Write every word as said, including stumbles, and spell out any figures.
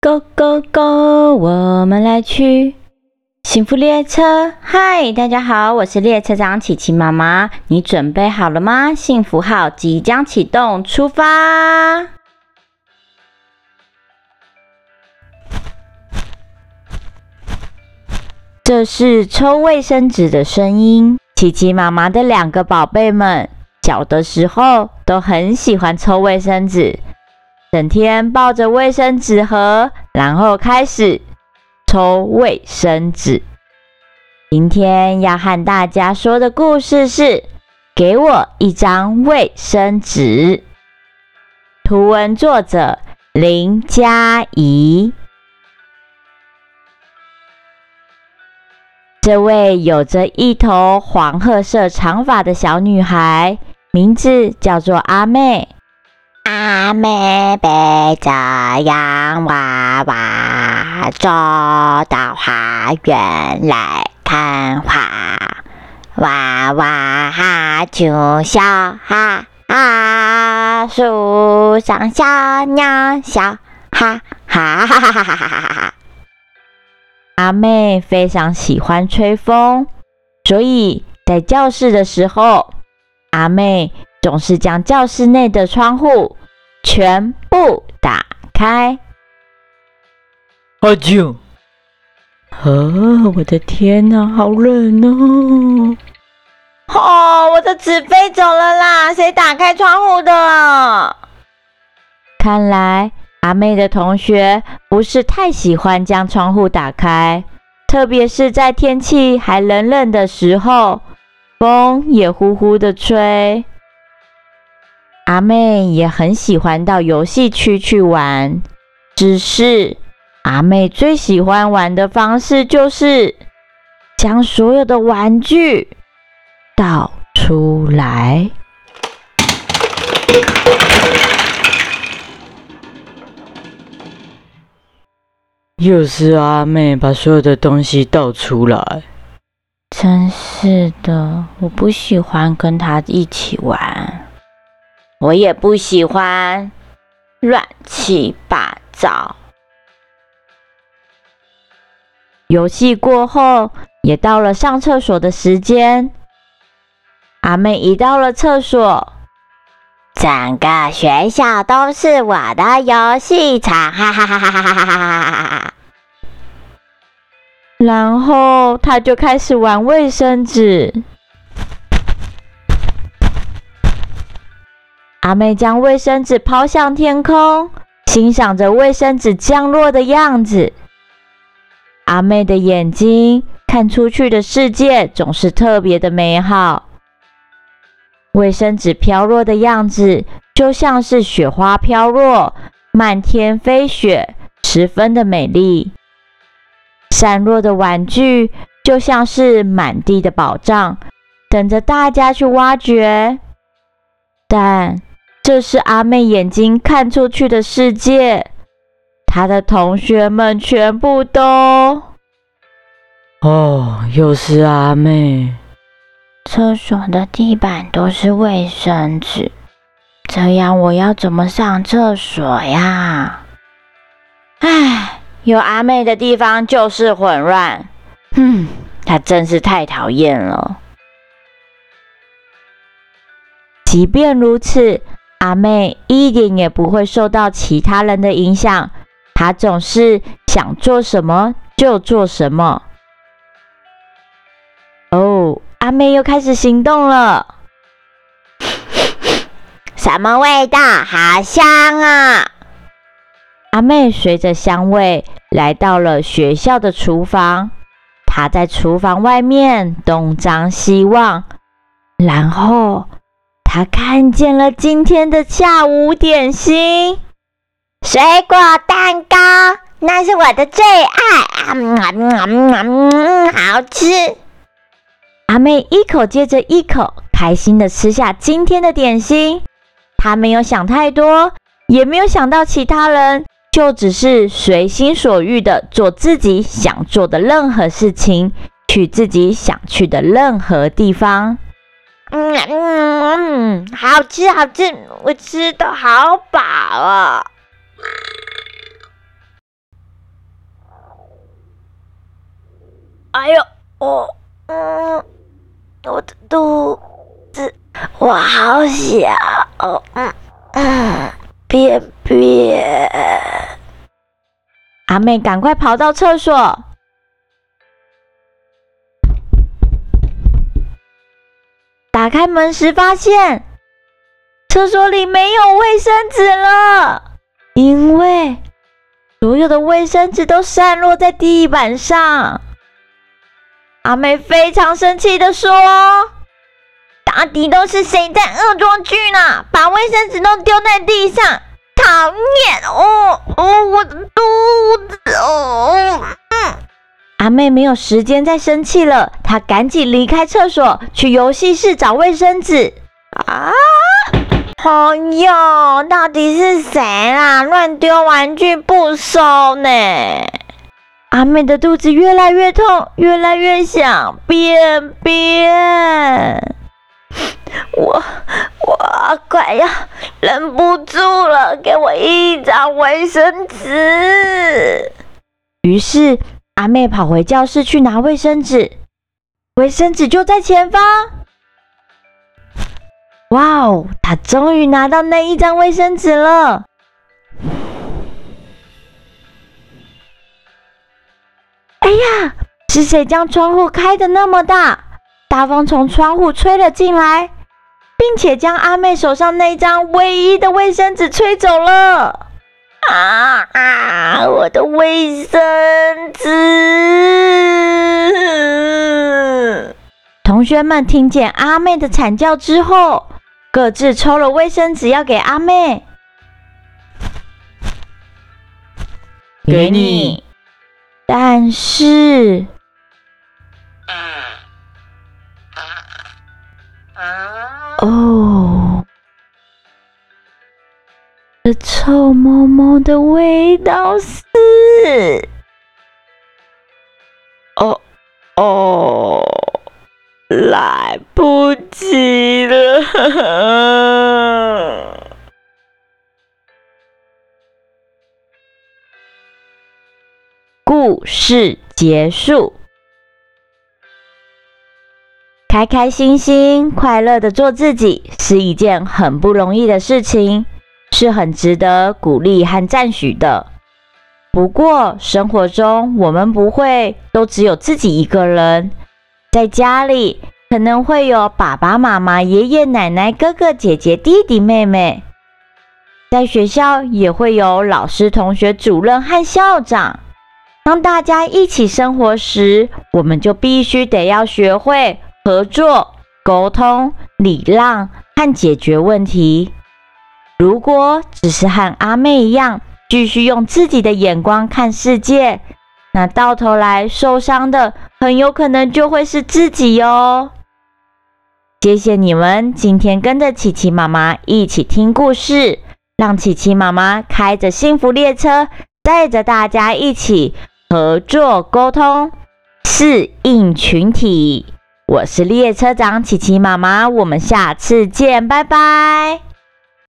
Go go go，我们来去幸福列车。嗨，大家好，我是列车长琪琪妈妈，你准备好了吗？幸福号即将启动，出发！这是抽卫生纸的声音。琪琪妈妈的两个宝贝们，小的时候都很喜欢抽卫生纸。整天抱着卫生纸盒，然后开始抽卫生纸。今天要和大家说的故事是：给我一张卫生纸。图文作者林嘉怡。这位有着一头黄褐色长发的小女孩，名字叫做阿妹。阿妹背着洋娃娃走到花园来看花，娃娃哈啾笑，哈哈，树上小鸟笑，哈哈哈哈哈哈哈哈。阿妹非常喜欢吹风，所以在教室的时候，阿妹总是将教室内的窗户全部打开。 阿啾！ 哦，我的天哪，好冷哦！哦，我的纸飞走了啦！谁打开窗户的？看来阿妹的同学不是太喜欢将窗户打开，特别是在天气还冷冷的时候，风也呼呼的吹。阿妹也很喜欢到游戏区去玩，只是阿妹最喜欢玩的方式就是将所有的玩具倒出来。 又是阿妹把所有的东西倒出来。 真是的，我不喜欢跟她一起玩。我也不喜欢，乱七八糟。游戏过后，也到了上厕所的时间。阿妹一到了厕所，整个学校都是我的游戏场，哈哈哈哈哈哈哈哈！然后她就开始玩卫生纸。阿妹将卫生纸抛向天空，欣赏着卫生纸降落的样子。阿妹的眼睛看出去的世界总是特别的美好。卫生纸飘落的样子就像是雪花飘落，漫天飞雪，十分的美丽。散落的玩具就像是满地的宝藏，等着大家去挖掘。但这是阿妹眼睛看出去的世界，她的同学们全部都…… 哦，又是阿妹。 厕所的地板都是卫生纸，这样我要怎么上厕所呀？唉，有阿妹的地方就是混乱。哼，她真是太讨厌了。即便如此，阿妹一点也不会受到其他人的影响，她总是想做什么就做什么。哦，阿妹又开始行动了。什么味道？好香啊！阿妹随着香味来到了学校的厨房，她在厨房外面东张西望，然后她看见了今天的下午点心——水果蛋糕，那是我的最爱，嗯嗯嗯，好吃。阿妹一口接着一口，开心的吃下今天的点心。她没有想太多，也没有想到其他人，就只是随心所欲的做自己想做的任何事情，去自己想去的任何地方。嗯嗯嗯，好吃好吃，我吃的好饱啊！ 哎呦，我，嗯，我的肚子，我好想，哦，嗯嗯，便便。阿妹赶快跑到厕所，打开门时发现厕所里没有卫生纸了，因为所有的卫生纸都散落在地板上。阿妹非常生气地说：“到底都是谁在恶作剧呢？把卫生纸都丢在地上，讨厌！哦哦，我的肚子哦。”嗯，阿妹没有时间再生气了，她赶紧离开厕所，去游戏室找卫生纸。啊！哎呦，到底是谁啦？乱丢玩具不收呢？阿妹的肚子越来越痛，越来越想便便。我我快要忍不住了，给我一张卫生纸。于是阿妹跑回教室去拿卫生纸，卫生纸就在前方。哇哦，她终于拿到那一张卫生纸了。哎呀，是谁将窗户开得那么大？大风从窗户吹了进来，并且将阿妹手上那张唯一的卫生纸吹走了。啊啊！我的卫生纸！同学们听见阿妹的惨叫之后，各自抽了卫生纸要给阿妹。 给你。 但是，哦，这臭毛毛的味道是……哦哦，来不及了。故事结束。开开心心、快乐的做自己是一件很不容易的事情，是很值得鼓励和赞许的。不过，生活中我们不会都只有自己一个人，在家里可能会有爸爸妈妈、爷爷奶奶、哥哥姐姐、弟弟妹妹，在学校也会有老师、同学、主任和校长。当大家一起生活时，我们就必须得要学会合作、沟通、礼让和解决问题。如果只是和阿妹一样，继续用自己的眼光看世界，那到头来受伤的很有可能就会是自己哦。谢谢你们今天跟着琪琪妈妈一起听故事，让琪琪妈妈开着幸福列车，带着大家一起合作沟通，适应群体。我是列车长琪琪妈妈，我们下次见，拜拜。